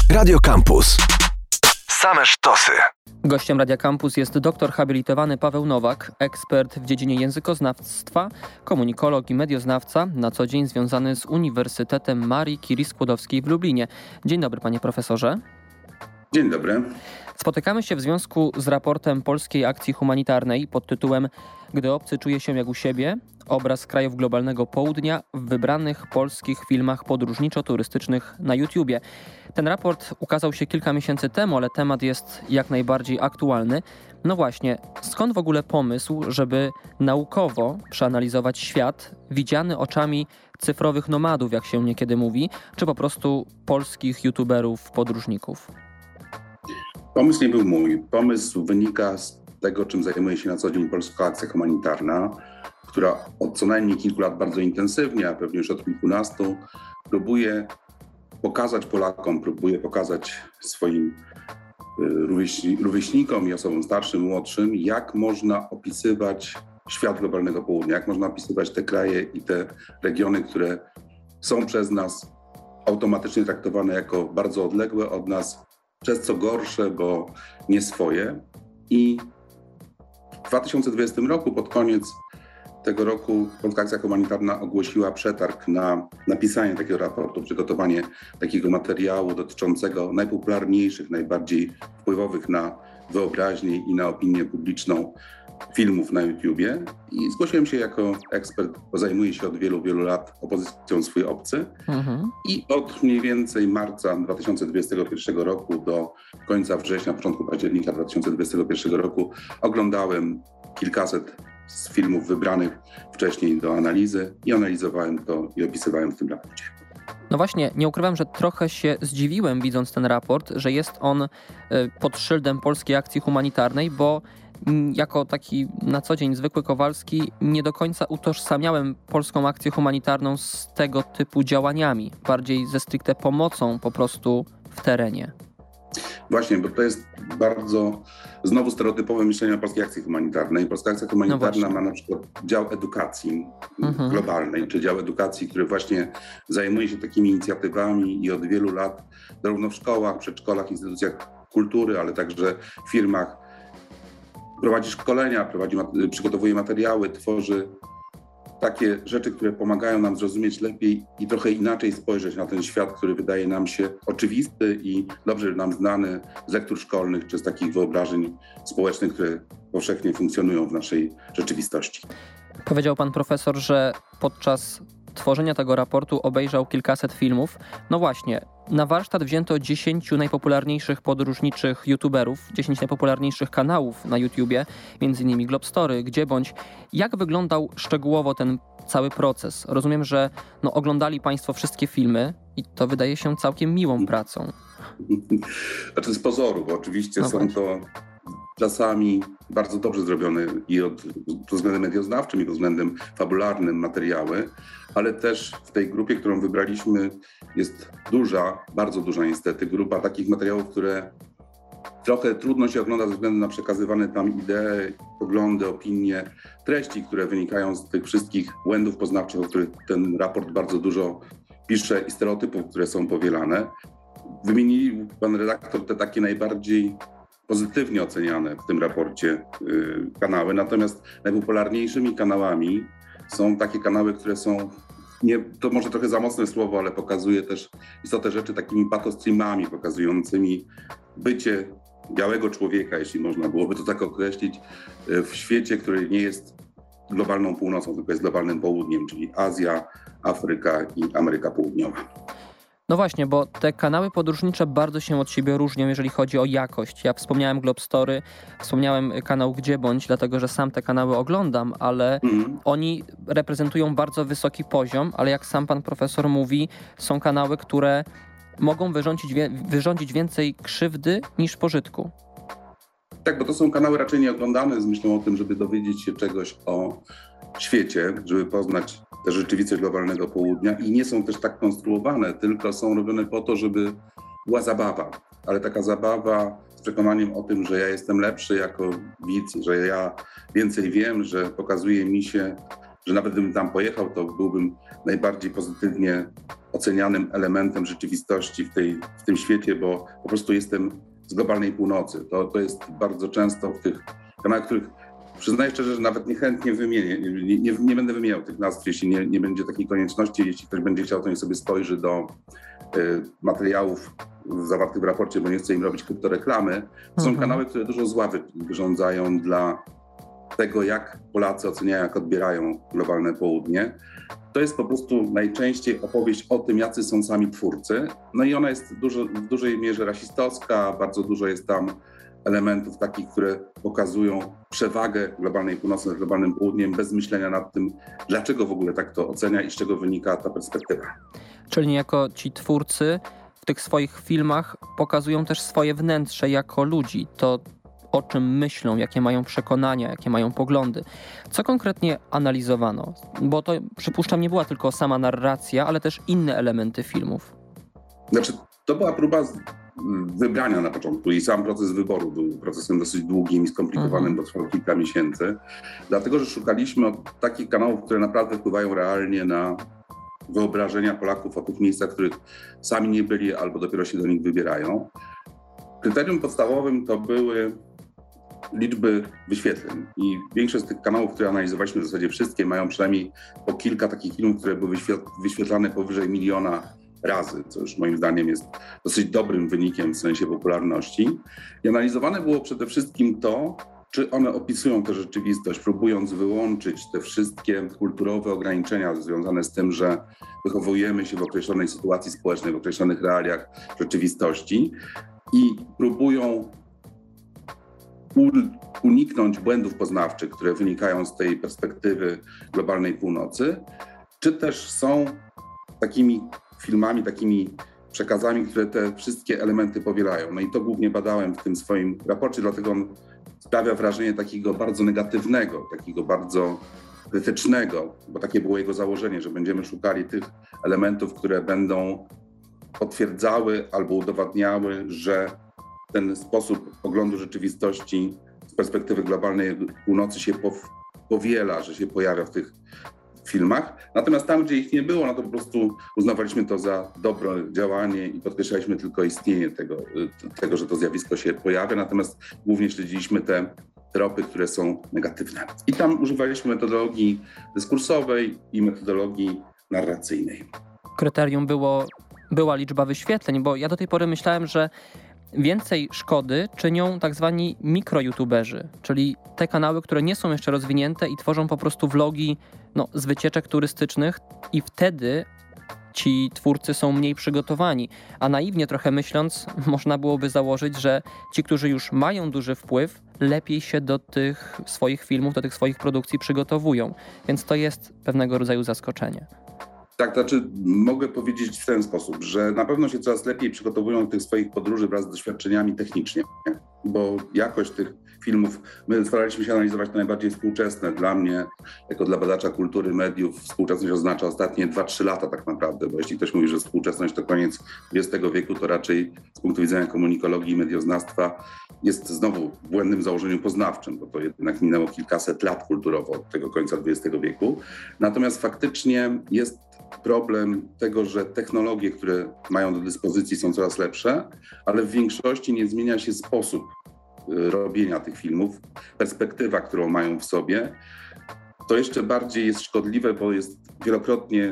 Radio Campus. Same sztosy. Gościem Radia Campus jest doktor habilitowany Paweł Nowak, ekspert w dziedzinie językoznawstwa, komunikolog i medioznawca, na co dzień związany z Uniwersytetem Marii Curie-Skłodowskiej w Lublinie. Dzień dobry, panie profesorze. Dzień dobry. Spotykamy się w związku z raportem Polskiej Akcji Humanitarnej pod tytułem „Gdy obcy czuje się jak u siebie. Obraz krajów globalnego południa w wybranych polskich filmach podróżniczo-turystycznych na YouTubie”. Ten raport ukazał się kilka miesięcy temu, ale temat jest jak najbardziej aktualny. No właśnie, skąd w ogóle pomysł, żeby naukowo przeanalizować świat widziany oczami cyfrowych nomadów, jak się niekiedy mówi, czy po prostu polskich youtuberów, podróżników? Pomysł nie był mój. Pomysł wynika z tego, czym zajmuje się na co dzień Polska Akcja Humanitarna, która od co najmniej kilku lat bardzo intensywnie, a pewnie już od kilkunastu, próbuje pokazać Polakom, próbuje pokazać swoim rówieśnikom i osobom starszym, młodszym, jak można opisywać świat globalnego południa, jak można opisywać te kraje i te regiony, które są przez nas automatycznie traktowane jako bardzo odległe od nas, przez co gorsze, bo nie swoje. I w 2020 roku, pod koniec tego roku, Polska Akcja Humanitarna ogłosiła przetarg na napisanie takiego raportu, przygotowanie takiego materiału dotyczącego najpopularniejszych, najbardziej wpływowych na wyobraźnię i na opinię publiczną filmów na YouTubie. I zgłosiłem się jako ekspert, bo zajmuję się od wielu, wielu lat opozycją Swój Obcy. I od mniej więcej marca 2021 roku do końca września, początku października 2021 roku oglądałem kilkaset z filmów wybranych wcześniej do analizy i analizowałem to i opisywałem w tym raporcie. No właśnie, nie ukrywam, że trochę się zdziwiłem, widząc ten raport, że jest on pod szyldem Polskiej Akcji Humanitarnej, bo jako taki na co dzień zwykły Kowalski nie do końca utożsamiałem Polską Akcję Humanitarną z tego typu działaniami, bardziej ze stricte pomocą po prostu w terenie. Właśnie, bo to jest bardzo znowu stereotypowe myślenie o Polskiej Akcji Humanitarnej. Polska Akcja Humanitarna ma na przykład dział edukacji globalnej, czy dział edukacji, który właśnie zajmuje się takimi inicjatywami i od wielu lat zarówno w szkołach, przedszkolach, instytucjach kultury, ale także w firmach prowadzi szkolenia, przygotowuje materiały, tworzy takie rzeczy, które pomagają nam zrozumieć lepiej i trochę inaczej spojrzeć na ten świat, który wydaje nam się oczywisty i dobrze nam znany z lektur szkolnych czy z takich wyobrażeń społecznych, które powszechnie funkcjonują w naszej rzeczywistości. Powiedział pan profesor, że podczas tworzenia tego raportu obejrzał kilkaset filmów. No właśnie, na warsztat wzięto 10 najpopularniejszych podróżniczych youtuberów, 10 najpopularniejszych kanałów na YouTubie, m.in. Globstory, Gdziebądź. Jak wyglądał szczegółowo ten cały proces? Rozumiem, że oglądali państwo wszystkie filmy i to wydaje się całkiem miłą pracą. Znaczy z pozoru, bo oczywiście są to czasami bardzo dobrze zrobione i pod względem medioznawczym, i pod względem fabularnym materiały, ale też w tej grupie, którą wybraliśmy, jest duża, bardzo duża niestety, grupa takich materiałów, które trochę trudno się ogląda ze względu na przekazywane tam idee, poglądy, opinie, treści, które wynikają z tych wszystkich błędów poznawczych, o których ten raport bardzo dużo pisze i stereotypów, które są powielane. Wymienił pan redaktor te takie najbardziej pozytywnie oceniane w tym raporcie kanały, natomiast najpopularniejszymi kanałami są takie kanały, które są, to może trochę za mocne słowo, ale pokazuje też istotę rzeczy takimi patostreamami pokazującymi bycie białego człowieka, jeśli można byłoby to tak określić, w świecie, który nie jest globalną północą, tylko jest globalnym południem, czyli Azja, Afryka i Ameryka Południowa. No właśnie, bo te kanały podróżnicze bardzo się od siebie różnią, jeżeli chodzi o jakość. Ja wspomniałem Globstory, wspomniałem kanał Gdziebądź, dlatego że sam te kanały oglądam, ale oni reprezentują bardzo wysoki poziom, ale jak sam pan profesor mówi, są kanały, które mogą wyrządzić więcej krzywdy niż pożytku. Tak, bo to są kanały raczej nieoglądane z myślą o tym, żeby dowiedzieć się czegoś o świecie, żeby poznać tę rzeczywistość globalnego południa i nie są też tak konstruowane, tylko są robione po to, żeby była zabawa, ale taka zabawa z przekonaniem o tym, że ja jestem lepszy jako widz, że ja więcej wiem, że pokazuje mi się, że nawet gdybym tam pojechał, to byłbym najbardziej pozytywnie ocenianym elementem rzeczywistości w tym świecie, bo po prostu jestem z globalnej północy. To jest bardzo często w tych kanałach, których przyznaję szczerze, że nawet niechętnie wymienię, nie będę wymieniał tych nazw, jeśli nie będzie takiej konieczności. Jeśli ktoś będzie chciał, to niech sobie spojrzy do materiałów zawartych w raporcie, bo nie chcę im robić kryptoreklamy. To są kanały, które dużo zła wyrządzają dla tego, jak Polacy oceniają, jak odbierają globalne południe. To jest po prostu najczęściej opowieść o tym, jacy są sami twórcy. No i ona jest w dużej mierze rasistowska, bardzo dużo jest tam elementów takich, które pokazują przewagę globalnej północy nad globalnym południem, bez myślenia nad tym, dlaczego w ogóle tak to ocenia i z czego wynika ta perspektywa. Czyli niejako ci twórcy w tych swoich filmach pokazują też swoje wnętrze jako ludzi. To, o czym myślą, jakie mają przekonania, jakie mają poglądy. Co konkretnie analizowano? Bo to, przypuszczam, nie była tylko sama narracja, ale też inne elementy filmów. Znaczy, to była próba wybrania na początku i sam proces wyboru był procesem dosyć długim i skomplikowanym, bo trwał kilka miesięcy. Dlatego, że szukaliśmy takich kanałów, które naprawdę wpływają realnie na wyobrażenia Polaków o tych miejscach, w których sami nie byli albo dopiero się do nich wybierają. Kryterium podstawowym to były liczby wyświetleń i większość z tych kanałów, które analizowaliśmy, w zasadzie wszystkie, mają przynajmniej po kilka takich filmów, które były wyświetlane powyżej 1 miliona razy, co już moim zdaniem jest dosyć dobrym wynikiem w sensie popularności. I analizowane było przede wszystkim to, czy one opisują tę rzeczywistość, próbując wyłączyć te wszystkie kulturowe ograniczenia związane z tym, że wychowujemy się w określonej sytuacji społecznej, w określonych realiach rzeczywistości i próbują uniknąć błędów poznawczych, które wynikają z tej perspektywy globalnej północy, czy też są takimi filmami, takimi przekazami, które te wszystkie elementy powielają. No i to głównie badałem w tym swoim raporcie, dlatego on sprawia wrażenie takiego bardzo negatywnego, takiego bardzo krytycznego, bo takie było jego założenie, że będziemy szukali tych elementów, które będą potwierdzały albo udowadniały, że ten sposób oglądu rzeczywistości z perspektywy globalnej północy się powiela, że się pojawia w tych filmach. Natomiast tam, gdzie ich nie było, no to po prostu uznawaliśmy to za dobre działanie i podkreślaliśmy tylko istnienie tego, że to zjawisko się pojawia. Natomiast głównie śledziliśmy te tropy, które są negatywne. I tam używaliśmy metodologii dyskursowej i metodologii narracyjnej. Kryterium była liczba wyświetleń, bo ja do tej pory myślałem, że więcej szkody czynią tak zwani mikro-youtuberzy, czyli te kanały, które nie są jeszcze rozwinięte i tworzą po prostu vlogi z wycieczek turystycznych i wtedy ci twórcy są mniej przygotowani. A naiwnie trochę myśląc, można byłoby założyć, że ci, którzy już mają duży wpływ, lepiej się do tych swoich filmów, do tych swoich produkcji przygotowują. Więc to jest pewnego rodzaju zaskoczenie. Tak, to znaczy mogę powiedzieć w ten sposób, że na pewno się coraz lepiej przygotowują do tych swoich podróży wraz z doświadczeniami technicznie, bo jakość tych filmów, my staraliśmy się analizować te najbardziej współczesne. Dla mnie, jako dla badacza kultury, mediów, współczesność oznacza ostatnie 2-3 lata tak naprawdę, bo jeśli ktoś mówi, że współczesność to koniec XX wieku, to raczej z punktu widzenia komunikologii i medioznawstwa jest znowu w błędnym założeniu poznawczym, bo to jednak minęło kilkaset lat kulturowo od tego końca XX wieku. Natomiast faktycznie jest problem tego, że technologie, które mają do dyspozycji, są coraz lepsze, ale w większości nie zmienia się sposób robienia tych filmów, perspektywa, którą mają w sobie. To jeszcze bardziej jest szkodliwe, bo jest wielokrotnie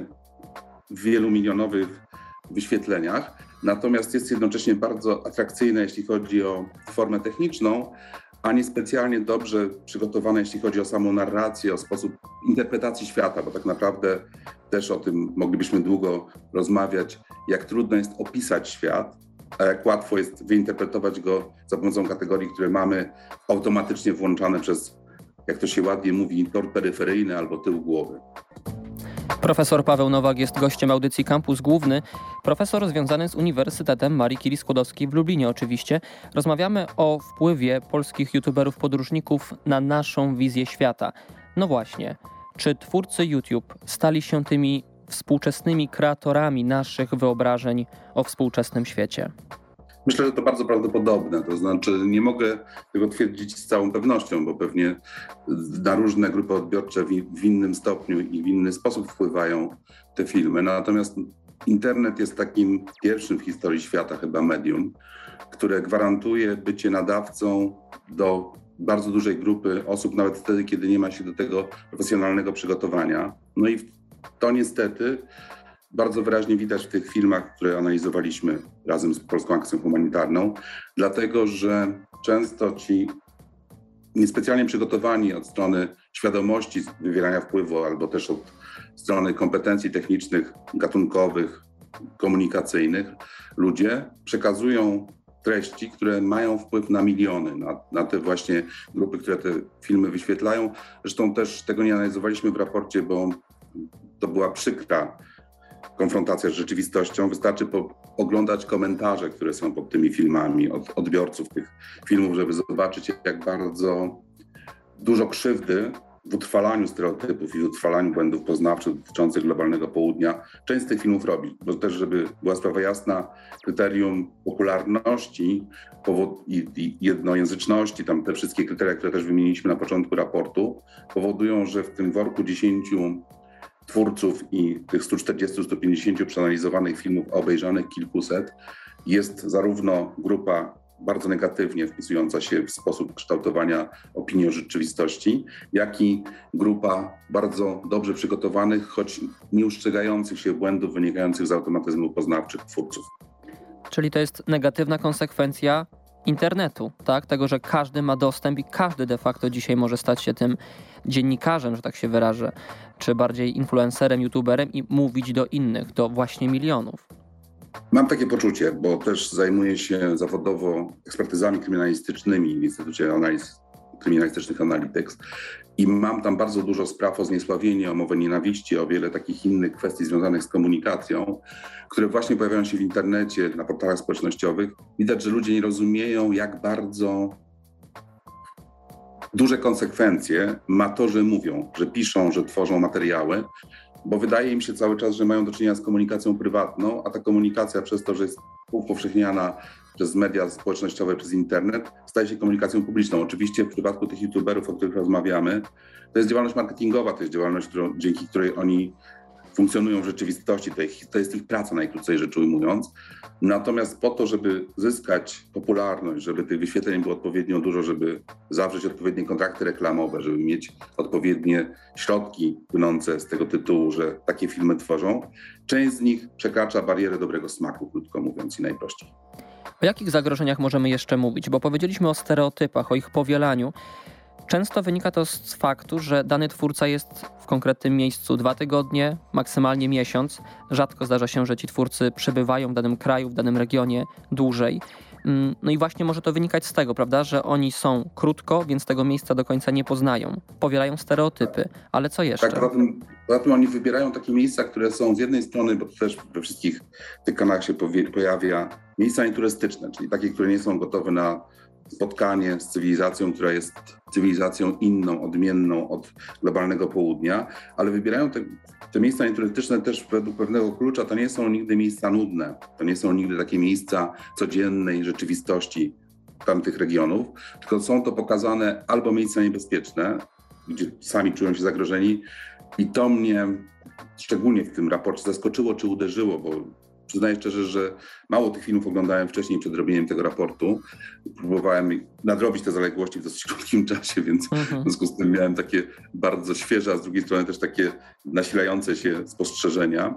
w wielomilionowych wyświetleniach, natomiast jest jednocześnie bardzo atrakcyjne, jeśli chodzi o formę techniczną, a nie specjalnie dobrze przygotowane, jeśli chodzi o samą narrację, o sposób interpretacji świata, bo tak naprawdę też o tym moglibyśmy długo rozmawiać, jak trudno jest opisać świat, a jak łatwo jest wyinterpretować go za pomocą kategorii, które mamy automatycznie włączane przez, jak to się ładnie mówi, tor peryferyjny albo tył głowy. Profesor Paweł Nowak jest gościem audycji Campus Główny. Profesor związany z Uniwersytetem Marii Curie-Skłodowskiej w Lublinie oczywiście. Rozmawiamy o wpływie polskich youtuberów podróżników na naszą wizję świata. No właśnie, czy twórcy YouTube stali się tymi współczesnymi kreatorami naszych wyobrażeń o współczesnym świecie? Myślę, że to bardzo prawdopodobne, to znaczy nie mogę tego twierdzić z całą pewnością, bo pewnie na różne grupy odbiorcze w innym stopniu i w inny sposób wpływają te filmy. Natomiast internet jest takim pierwszym w historii świata chyba medium, które gwarantuje bycie nadawcą do bardzo dużej grupy osób, nawet wtedy, kiedy nie ma się do tego profesjonalnego przygotowania. No i to niestety bardzo wyraźnie widać w tych filmach, które analizowaliśmy razem z Polską Akcją Humanitarną, dlatego że często ci niespecjalnie przygotowani od strony świadomości wywierania wpływu albo też od strony kompetencji technicznych, gatunkowych, komunikacyjnych ludzie przekazują treści, które mają wpływ na miliony, na te właśnie grupy, które te filmy wyświetlają. Zresztą też tego nie analizowaliśmy w raporcie, bo to była przykra konfrontacja z rzeczywistością. Wystarczy oglądać komentarze, które są pod tymi filmami od odbiorców tych filmów, żeby zobaczyć, jak bardzo dużo krzywdy w utrwalaniu stereotypów i w utrwalaniu błędów poznawczych dotyczących globalnego południa część z tych filmów robi. Bo też, żeby była sprawa jasna, kryterium popularności i jednojęzyczności, tam te wszystkie kryteria, które też wymieniliśmy na początku raportu, powodują, że w tym worku 10 twórców i tych 140-150 przeanalizowanych filmów, obejrzanych kilkuset, jest zarówno grupa bardzo negatywnie wpisująca się w sposób kształtowania opinii o rzeczywistości, jak i grupa bardzo dobrze przygotowanych, choć nie ustrzegających się błędów wynikających z automatyzmu poznawczych twórców. Czyli to jest negatywna konsekwencja internetu, tak? Tego, że każdy ma dostęp i każdy de facto dzisiaj może stać się tym dziennikarzem, że tak się wyrażę, czy bardziej influencerem, youtuberem i mówić do innych, do właśnie milionów. Mam takie poczucie, bo też zajmuję się zawodowo ekspertyzami kryminalistycznymi w Instytucie Analiz Kryminalistycznych Analytics i mam tam bardzo dużo spraw o zniesławienie, o mowę nienawiści, o wiele takich innych kwestii związanych z komunikacją, które właśnie pojawiają się w internecie, na portalach społecznościowych. Widać, że ludzie nie rozumieją, jak bardzo duże konsekwencje ma to, że mówią, że piszą, że tworzą materiały, bo wydaje im się cały czas, że mają do czynienia z komunikacją prywatną, a ta komunikacja przez to, że jest upowszechniana przez media społecznościowe, przez internet, staje się komunikacją publiczną. Oczywiście w przypadku tych youtuberów, o których rozmawiamy, to jest działalność marketingowa, to jest działalność, dzięki której oni funkcjonują w rzeczywistości, to jest ich praca, najkrócej rzecz ujmując. Natomiast po to, żeby zyskać popularność, żeby tych wyświetleń było odpowiednio dużo, żeby zawrzeć odpowiednie kontrakty reklamowe, żeby mieć odpowiednie środki płynące z tego tytułu, że takie filmy tworzą, część z nich przekracza barierę dobrego smaku, krótko mówiąc i najprościej. O jakich zagrożeniach możemy jeszcze mówić? Bo powiedzieliśmy o stereotypach, o ich powielaniu. Często wynika to z faktu, że dany twórca jest w konkretnym miejscu 2 tygodnie, maksymalnie miesiąc. Rzadko zdarza się, że ci twórcy przebywają w danym kraju, w danym regionie dłużej. No i właśnie może to wynikać z tego, prawda, że oni są krótko, więc tego miejsca do końca nie poznają. Powielają stereotypy, ale co jeszcze? Tak, poza tym oni wybierają takie miejsca, które są z jednej strony, bo to też we wszystkich tych kanałach się pojawia, miejsca nieturystyczne, czyli takie, które nie są gotowe na spotkanie z cywilizacją, która jest cywilizacją inną, odmienną od globalnego południa, ale wybierają te miejsca nieturystyczne też według pewnego klucza. To nie są nigdy miejsca nudne, to nie są nigdy takie miejsca codziennej rzeczywistości tamtych regionów, tylko są to pokazane albo miejsca niebezpieczne, gdzie sami czują się zagrożeni i to mnie szczególnie w tym raporcie zaskoczyło czy uderzyło, bo przyznaję szczerze, że mało tych filmów oglądałem wcześniej przed robieniem tego raportu. Próbowałem nadrobić te zaległości w dosyć krótkim czasie, więc w związku z tym miałem takie bardzo świeże, a z drugiej strony też takie nasilające się spostrzeżenia,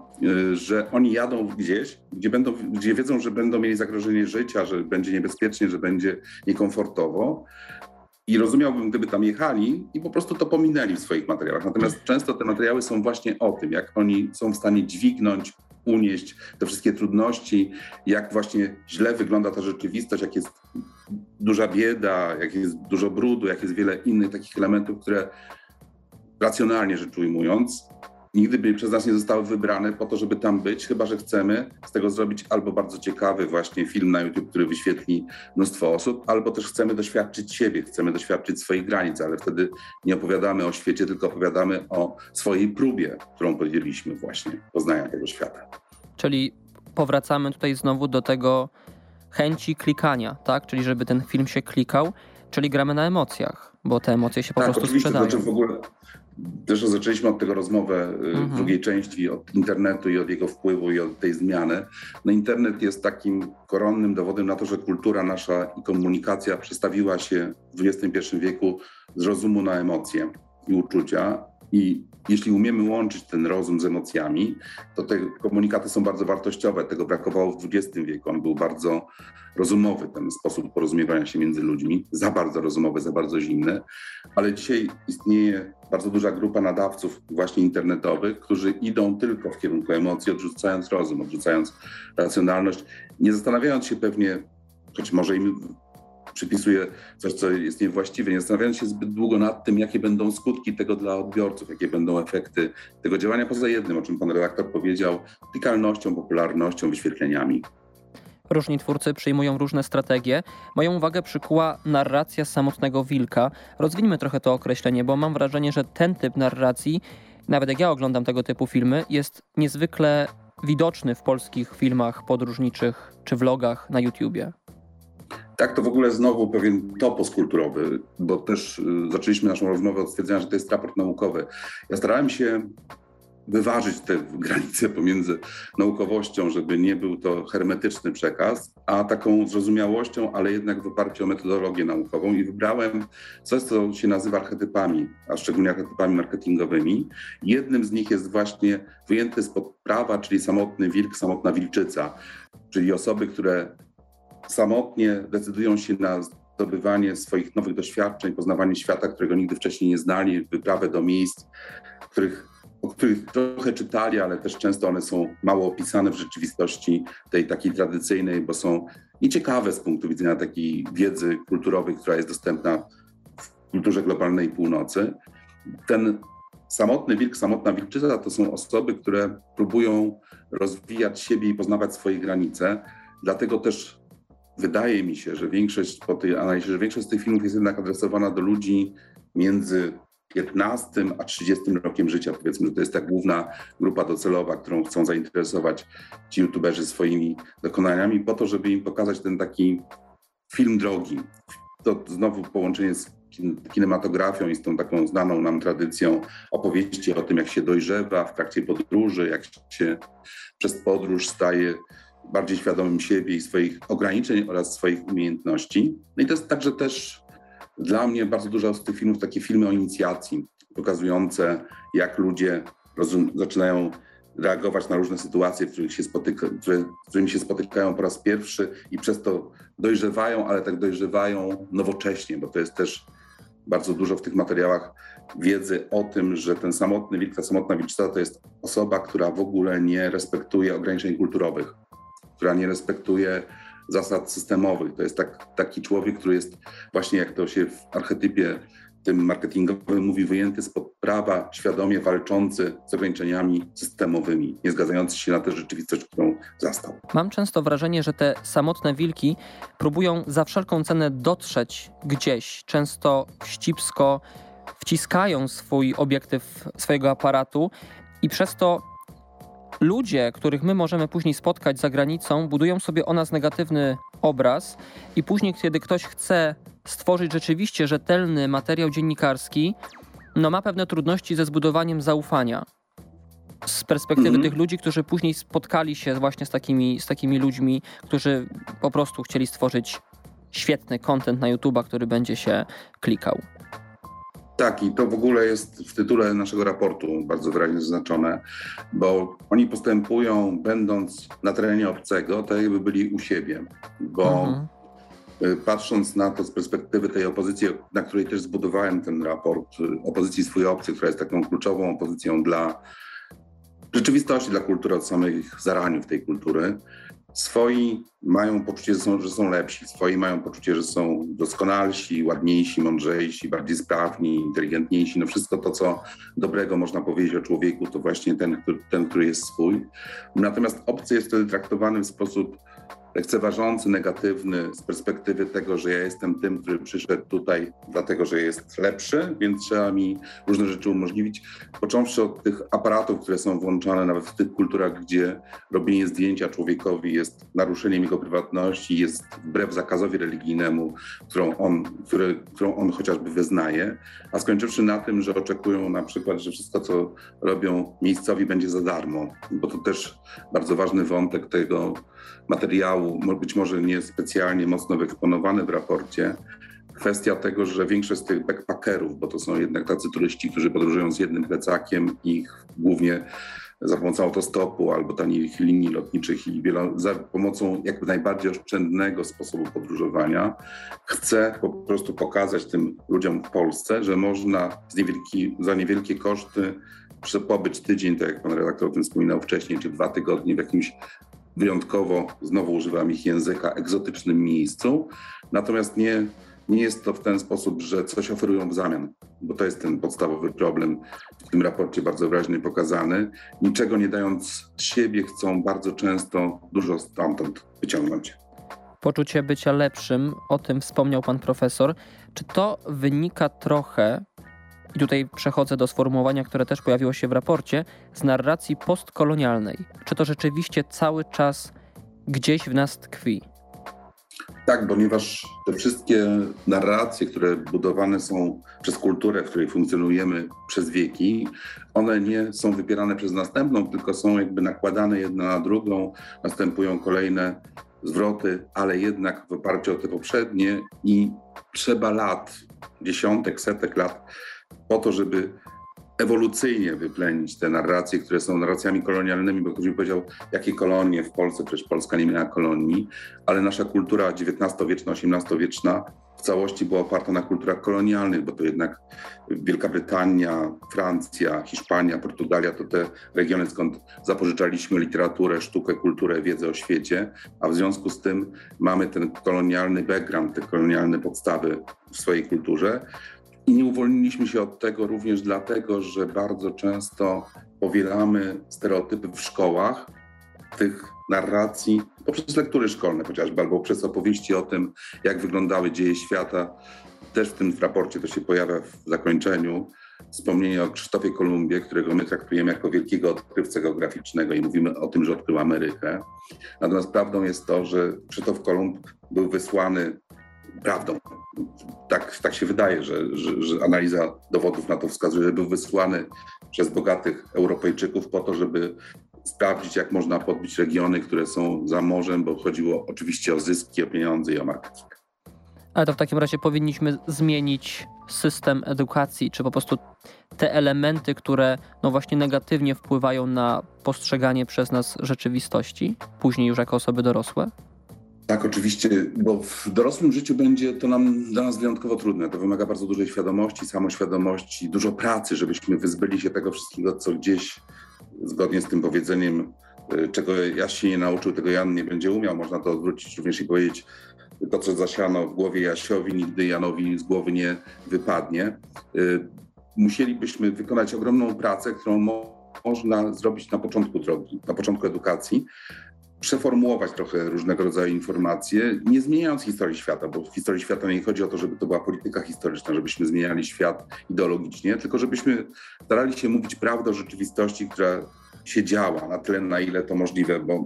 że oni jadą gdzieś, gdzie wiedzą, że będą mieli zagrożenie życia, że będzie niebezpiecznie, że będzie niekomfortowo. I rozumiałbym, gdyby tam jechali i po prostu to pominęli w swoich materiałach. Natomiast często te materiały są właśnie o tym, jak oni są w stanie dźwignąć, unieść te wszystkie trudności, jak właśnie źle wygląda ta rzeczywistość, jak jest duża bieda, jak jest dużo brudu, jak jest wiele innych takich elementów, które racjonalnie rzecz ujmując, nigdy by przez nas nie zostały wybrane po to, żeby tam być, chyba że chcemy z tego zrobić albo bardzo ciekawy właśnie film na YouTube, który wyświetli mnóstwo osób, albo też chcemy doświadczyć siebie, chcemy doświadczyć swoich granic, ale wtedy nie opowiadamy o świecie, tylko opowiadamy o swojej próbie, którą podjęliśmy właśnie poznania tego świata. Czyli powracamy tutaj znowu do tego chęci klikania, tak? Czyli żeby ten film się klikał, czyli gramy na emocjach, bo te emocje się po prostu sprzedają. Znaczy w ogóle Zresztą zaczęliśmy od tego rozmowę w drugiej części, od internetu i od jego wpływu i od tej zmiany. No, internet jest takim koronnym dowodem na to, że kultura nasza i komunikacja przestawiła się w XXI wieku z rozumu na emocje i uczucia. I jeśli umiemy łączyć ten rozum z emocjami, to te komunikaty są bardzo wartościowe. Tego brakowało w XX wieku. On był bardzo rozumowy, ten sposób porozumiewania się między ludźmi. Za bardzo rozumowy, za bardzo zimny. Ale dzisiaj istnieje bardzo duża grupa nadawców właśnie internetowych, którzy idą tylko w kierunku emocji, odrzucając rozum, odrzucając racjonalność, nie zastanawiając się pewnie, choć może im przypisuje coś, co jest niewłaściwe, nie zastanawiając się zbyt długo nad tym, jakie będą skutki tego dla odbiorców, jakie będą efekty tego działania, poza jednym, o czym pan redaktor powiedział, klikalnością, popularnością, wyświetleniami. Różni twórcy przyjmują różne strategie. Moją uwagę przykuła narracja samotnego wilka. Rozwiniemy trochę to określenie, bo mam wrażenie, że ten typ narracji, nawet jak ja oglądam tego typu filmy, jest niezwykle widoczny w polskich filmach podróżniczych czy vlogach na YouTubie. Tak, to w ogóle znowu pewien topos kulturowy, bo też zaczęliśmy naszą rozmowę od stwierdzenia, że to jest raport naukowy. Ja starałem się wyważyć te granice pomiędzy naukowością, żeby nie był to hermetyczny przekaz, a taką zrozumiałością, ale jednak w oparciu o metodologię naukową i wybrałem coś, co się nazywa archetypami, a szczególnie archetypami marketingowymi. Jednym z nich jest właśnie wyjęty spod prawa, czyli samotny wilk, samotna wilczyca, czyli osoby, które samotnie decydują się na zdobywanie swoich nowych doświadczeń, poznawanie świata, którego nigdy wcześniej nie znali, wyprawę do miejsc, o których trochę czytali, ale też często one są mało opisane w rzeczywistości tej takiej tradycyjnej, bo są nieciekawe z punktu widzenia takiej wiedzy kulturowej, która jest dostępna w kulturze globalnej północy. Ten samotny wilk, samotna wilczyca to są osoby, które próbują rozwijać siebie i poznawać swoje granice. Dlatego też wydaje mi się, że po tej analizie, że większość z tych filmów jest jednak adresowana do ludzi między 15 a 30 rokiem życia. Powiedzmy, że to jest ta główna grupa docelowa, którą chcą zainteresować ci youtuberzy swoimi dokonaniami, po to, żeby im pokazać ten taki film drogi. To znowu połączenie z kinematografią i z tą taką znaną nam tradycją opowieści o tym, jak się dojrzewa w trakcie podróży, jak się przez podróż staje bardziej świadomym siebie i swoich ograniczeń oraz swoich umiejętności. No i to jest także też dla mnie bardzo dużo z tych filmów takie filmy o inicjacji, pokazujące, jak ludzie zaczynają reagować na różne sytuacje, w którymi się spotykają po raz pierwszy i przez to dojrzewają, ale tak dojrzewają nowocześnie, bo to jest też bardzo dużo w tych materiałach wiedzy o tym, że ten samotny wilk, ta samotna wilczyca to jest osoba, która w ogóle nie respektuje ograniczeń kulturowych, która nie respektuje zasad systemowych. To jest taki człowiek, który jest właśnie, jak to się w archetypie tym marketingowym mówi, wyjęty spod prawa, świadomie walczący z ograniczeniami systemowymi, nie zgadzający się na tę rzeczywistość, którą zastał. Mam często wrażenie, że te samotne wilki próbują za wszelką cenę dotrzeć gdzieś, często wścibsko wciskają swój obiektyw swojego aparatu i przez to ludzie, których my możemy później spotkać za granicą, budują sobie o nas negatywny obraz i później, kiedy ktoś chce stworzyć rzeczywiście rzetelny materiał dziennikarski, ma pewne trudności ze zbudowaniem zaufania. Z perspektywy tych ludzi, którzy później spotkali się właśnie z takimi ludźmi, którzy po prostu chcieli stworzyć świetny content na YouTube'a, który będzie się klikał. Tak, i to w ogóle jest w tytule naszego raportu bardzo wyraźnie zaznaczone, bo oni postępują, będąc na terenie obcego, tak jakby byli u siebie, bo patrząc na to z perspektywy tej opozycji, na której też zbudowałem ten raport, opozycji swój obcy, która jest taką kluczową opozycją dla rzeczywistości, dla kultury od samych zaraniów tej kultury, swoi mają poczucie, że są lepsi, swoi mają poczucie, że są doskonalsi, ładniejsi, mądrzejsi, bardziej sprawni, inteligentniejsi. No wszystko to, co dobrego można powiedzieć o człowieku, to właśnie ten, który jest swój. Natomiast obcy jest wtedy traktowany w sposób lekceważący, negatywny z perspektywy tego, że ja jestem tym, który przyszedł tutaj dlatego, że jest lepszy, więc trzeba mi różne rzeczy umożliwić. Począwszy od tych aparatów, które są włączane nawet w tych kulturach, gdzie robienie zdjęcia człowiekowi jest naruszeniem jego prywatności, jest wbrew zakazowi religijnemu, którą on chociażby wyznaje, a skończywszy na tym, że oczekują na przykład, że wszystko, co robią miejscowi, będzie za darmo, bo to też bardzo ważny wątek tego materiału, być może nie specjalnie mocno wyeksponowany w raporcie, kwestia tego, że większość z tych backpackerów, bo to są jednak tacy turyści, którzy podróżują z jednym plecakiem i głównie za pomocą autostopu albo tanich linii lotniczych i za pomocą jakby najbardziej oszczędnego sposobu podróżowania, chce po prostu pokazać tym ludziom w Polsce, że można za niewielkie koszty pobyć tydzień, tak jak pan redaktor o tym wspominał wcześniej, czy 2 tygodnie w jakimś wyjątkowo, znowu używam ich języka, egzotycznym miejscu. Natomiast nie jest to w ten sposób, że coś oferują w zamian, bo to jest ten podstawowy problem w tym raporcie bardzo wyraźnie pokazany. Niczego nie dając z siebie, chcą bardzo często dużo stamtąd wyciągnąć. Poczucie bycia lepszym, o tym wspomniał pan profesor. Czy to wynika trochę, i tutaj przechodzę do sformułowania, które też pojawiło się w raporcie, z narracji postkolonialnej? Czy to rzeczywiście cały czas gdzieś w nas tkwi? Tak, ponieważ te wszystkie narracje, które budowane są przez kulturę, w której funkcjonujemy przez wieki, one nie są wypierane przez następną, tylko są jakby nakładane jedna na drugą, następują kolejne zwroty, ale jednak w oparciu o te poprzednie i trzeba lat, dziesiątek, setek lat po to, żeby ewolucyjnie wyplenić te narracje, które są narracjami kolonialnymi, bo ktoś by powiedział, jakie kolonie w Polsce, przecież Polska nie miała kolonii, ale nasza kultura XIX-wieczna, XVIII-wieczna w całości była oparta na kulturach kolonialnych, bo to jednak Wielka Brytania, Francja, Hiszpania, Portugalia to te regiony, skąd zapożyczaliśmy literaturę, sztukę, kulturę, wiedzę o świecie, a w związku z tym mamy ten kolonialny background, te kolonialne podstawy w swojej kulturze. I nie uwolniliśmy się od tego również dlatego, że bardzo często powielamy stereotypy w szkołach, tych narracji poprzez lektury szkolne chociażby, albo przez opowieści o tym, jak wyglądały dzieje świata. Też w tym raporcie to się pojawia w zakończeniu wspomnienie o Krzysztofie Kolumbie, którego my traktujemy jako wielkiego odkrywcę geograficznego i mówimy o tym, że odkrył Amerykę. Natomiast prawdą jest to, że Krzysztof Kolumb był wysłany prawdą. Tak się wydaje, że analiza dowodów na to wskazuje, że był wysłany przez bogatych Europejczyków po to, żeby sprawdzić, jak można podbić regiony, które są za morzem, bo chodziło oczywiście o zyski, o pieniądze i o marketing. Ale to w takim razie powinniśmy zmienić system edukacji, czy po prostu te elementy, które no właśnie negatywnie wpływają na postrzeganie przez nas rzeczywistości, później już jako osoby dorosłe? Tak, oczywiście, bo w dorosłym życiu będzie to dla nas wyjątkowo trudne. To wymaga bardzo dużej świadomości, samoświadomości, dużo pracy, żebyśmy wyzbyli się tego wszystkiego, co gdzieś, zgodnie z tym powiedzeniem, czego Jaś się nie nauczył, tego Jan nie będzie umiał. Można to odwrócić również i powiedzieć, to, co zasiano w głowie Jasiowi, nigdy Janowi z głowy nie wypadnie. Musielibyśmy wykonać ogromną pracę, którą można zrobić na początku drogi, na początku edukacji, przeformułować trochę różnego rodzaju informacje, nie zmieniając historii świata, bo w historii świata nie chodzi o to, żeby to była polityka historyczna, żebyśmy zmieniali świat ideologicznie, tylko żebyśmy starali się mówić prawdę o rzeczywistości, która się działa na tyle, na ile to możliwe, bo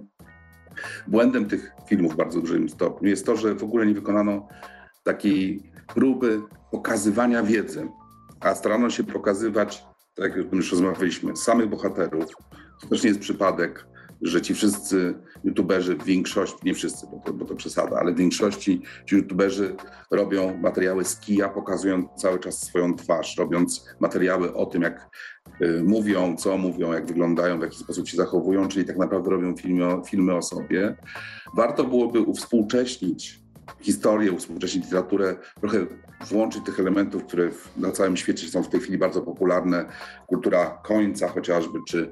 błędem tych filmów w bardzo dużym stopniu jest to, że w ogóle nie wykonano takiej próby pokazywania wiedzy, a starano się pokazywać, tak jak już rozmawialiśmy, samych bohaterów. To też nie jest przypadek, że ci wszyscy youtuberzy w większości, nie wszyscy, bo to przesada, ale w większości ci youtuberzy robią materiały z kija, pokazując cały czas swoją twarz, robiąc materiały o tym, jak mówią, co mówią, jak wyglądają, w jaki sposób się zachowują, czyli tak naprawdę robią filmy o sobie. Warto byłoby uwspółcześnić historię, uwspółcześnić literaturę, trochę włączyć tych elementów, które na całym świecie są w tej chwili bardzo popularne, kultura końca chociażby, czy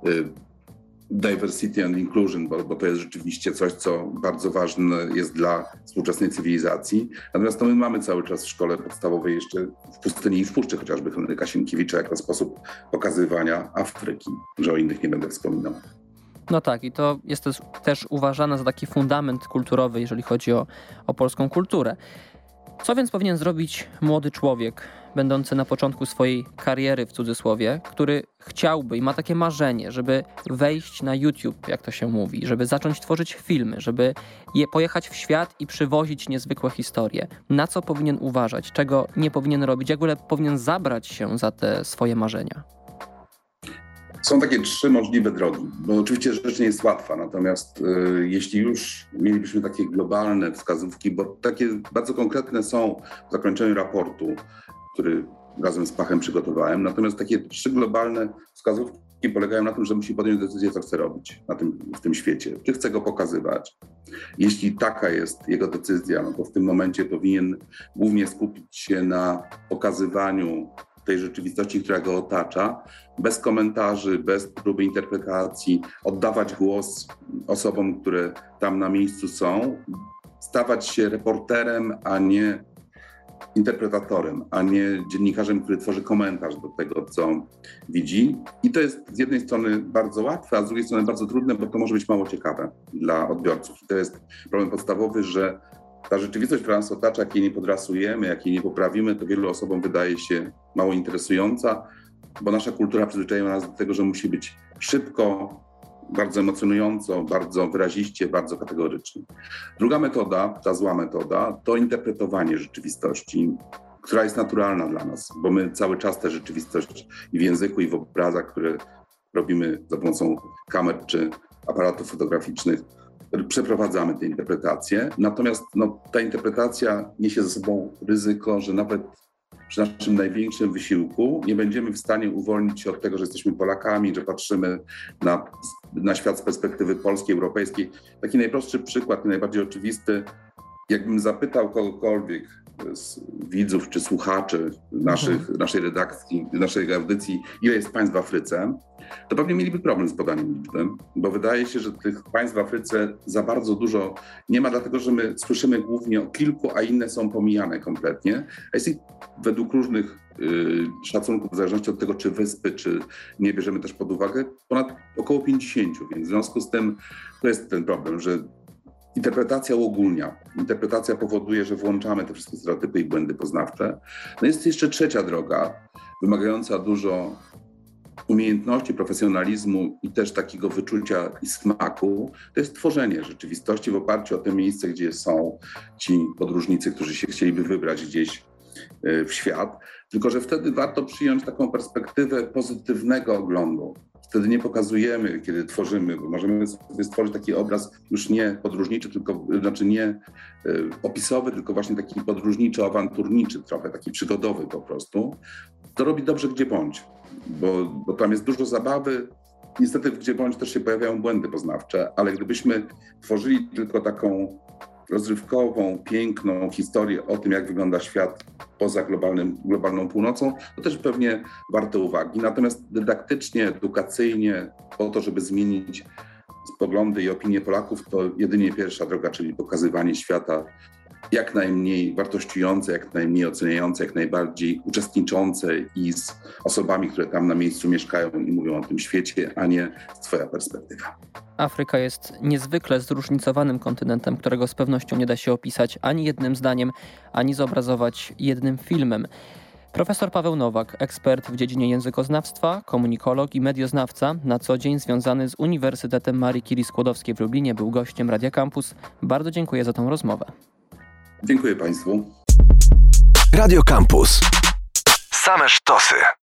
diversity and inclusion, bo to jest rzeczywiście coś, co bardzo ważne jest dla współczesnej cywilizacji. Natomiast to my mamy cały czas w szkole podstawowej jeszcze w Pustyni i w Puszczy chociażby Henryka Sienkiewicza jako sposób pokazywania Afryki, że o innych nie będę wspominał. No tak, i to jest też uważane za taki fundament kulturowy, jeżeli chodzi o polską kulturę. Co więc powinien zrobić młody człowiek, będący na początku swojej kariery, w cudzysłowie, który chciałby i ma takie marzenie, żeby wejść na YouTube, jak to się mówi, żeby zacząć tworzyć filmy, żeby pojechać w świat i przywozić niezwykłe historie? Na co powinien uważać, czego nie powinien robić, jak w ogóle powinien zabrać się za te swoje marzenia? Są takie 3 możliwe drogi, bo oczywiście rzecz nie jest łatwa, natomiast jeśli już mielibyśmy takie globalne wskazówki, bo takie bardzo konkretne są w zakończeniu raportu, który razem z Pachem przygotowałem, natomiast takie 3 globalne wskazówki polegają na tym, że musi podjąć decyzję, co chce robić w tym świecie, czy chce go pokazywać. Jeśli taka jest jego decyzja, no to w tym momencie powinien głównie skupić się na pokazywaniu tej rzeczywistości, która go otacza, bez komentarzy, bez próby interpretacji, oddawać głos osobom, które tam na miejscu są, stawać się reporterem, a nie interpretatorem, a nie dziennikarzem, który tworzy komentarz do tego, co widzi. I to jest z jednej strony bardzo łatwe, a z drugiej strony bardzo trudne, bo to może być mało ciekawe dla odbiorców. I to jest problem podstawowy, że ta rzeczywistość, która nas otacza, jak jej nie podrasujemy, jak jej nie poprawimy, to wielu osobom wydaje się mało interesująca, bo nasza kultura przyzwyczaiła nas do tego, że musi być szybko, bardzo emocjonująco, bardzo wyraziście, bardzo kategorycznie. Druga metoda, ta zła metoda, to interpretowanie rzeczywistości, która jest naturalna dla nas, bo my cały czas tę rzeczywistość i w języku, i w obrazach, które robimy za pomocą kamer czy aparatów fotograficznych, przeprowadzamy tę interpretację. Natomiast ta interpretacja niesie ze sobą ryzyko, że nawet przy naszym największym wysiłku nie będziemy w stanie uwolnić się od tego, że jesteśmy Polakami, że patrzymy na świat z perspektywy polskiej, europejskiej. Taki najprostszy przykład, najbardziej oczywisty, jakbym zapytał kogokolwiek z widzów czy słuchaczy naszej redakcji, naszej audycji, ile jest państw w Afryce, to pewnie mieliby problem z podaniem liczby, bo wydaje się, że tych państw w Afryce za bardzo dużo nie ma, dlatego że my słyszymy głównie o kilku, a inne są pomijane kompletnie. A jest ich według różnych szacunków, w zależności od tego, czy wyspy, czy nie bierzemy też pod uwagę, ponad około 50, więc w związku z tym to jest ten problem, że interpretacja uogólnia. Interpretacja powoduje, że włączamy te wszystkie stereotypy i błędy poznawcze. No jest jeszcze trzecia droga, wymagająca dużo umiejętności, profesjonalizmu i też takiego wyczucia i smaku. To jest tworzenie rzeczywistości w oparciu o te miejsce, gdzie są ci podróżnicy, którzy się chcieliby wybrać gdzieś w świat. Tylko że wtedy warto przyjąć taką perspektywę pozytywnego oglądu. Wtedy nie pokazujemy, kiedy tworzymy, bo możemy sobie stworzyć taki obraz już nie podróżniczy, nie opisowy, tylko właśnie taki podróżniczo-awanturniczy trochę, taki przygodowy po prostu. To robi dobrze gdzie bądź, bo tam jest dużo zabawy. Niestety w gdzie bądź też się pojawiają błędy poznawcze, ale gdybyśmy tworzyli tylko taką rozrywkową, piękną historię o tym, jak wygląda świat poza globalną północą, to też pewnie warte uwagi. Natomiast dydaktycznie, edukacyjnie, po to, żeby zmienić poglądy i opinie Polaków, to jedynie pierwsza droga, czyli pokazywanie świata jak najmniej wartościujące, jak najmniej oceniające, jak najbardziej uczestniczące i z osobami, które tam na miejscu mieszkają i mówią o tym świecie, a nie twoja perspektywa. Afryka jest niezwykle zróżnicowanym kontynentem, którego z pewnością nie da się opisać ani jednym zdaniem, ani zobrazować jednym filmem. Profesor Paweł Nowak, ekspert w dziedzinie językoznawstwa, komunikolog i medioznawca, na co dzień związany z Uniwersytetem Marii Curie-Skłodowskiej w Lublinie, był gościem Radia Campus. Bardzo dziękuję za tą rozmowę. Dziękuję Państwu. Radio Campus. Same sztosy.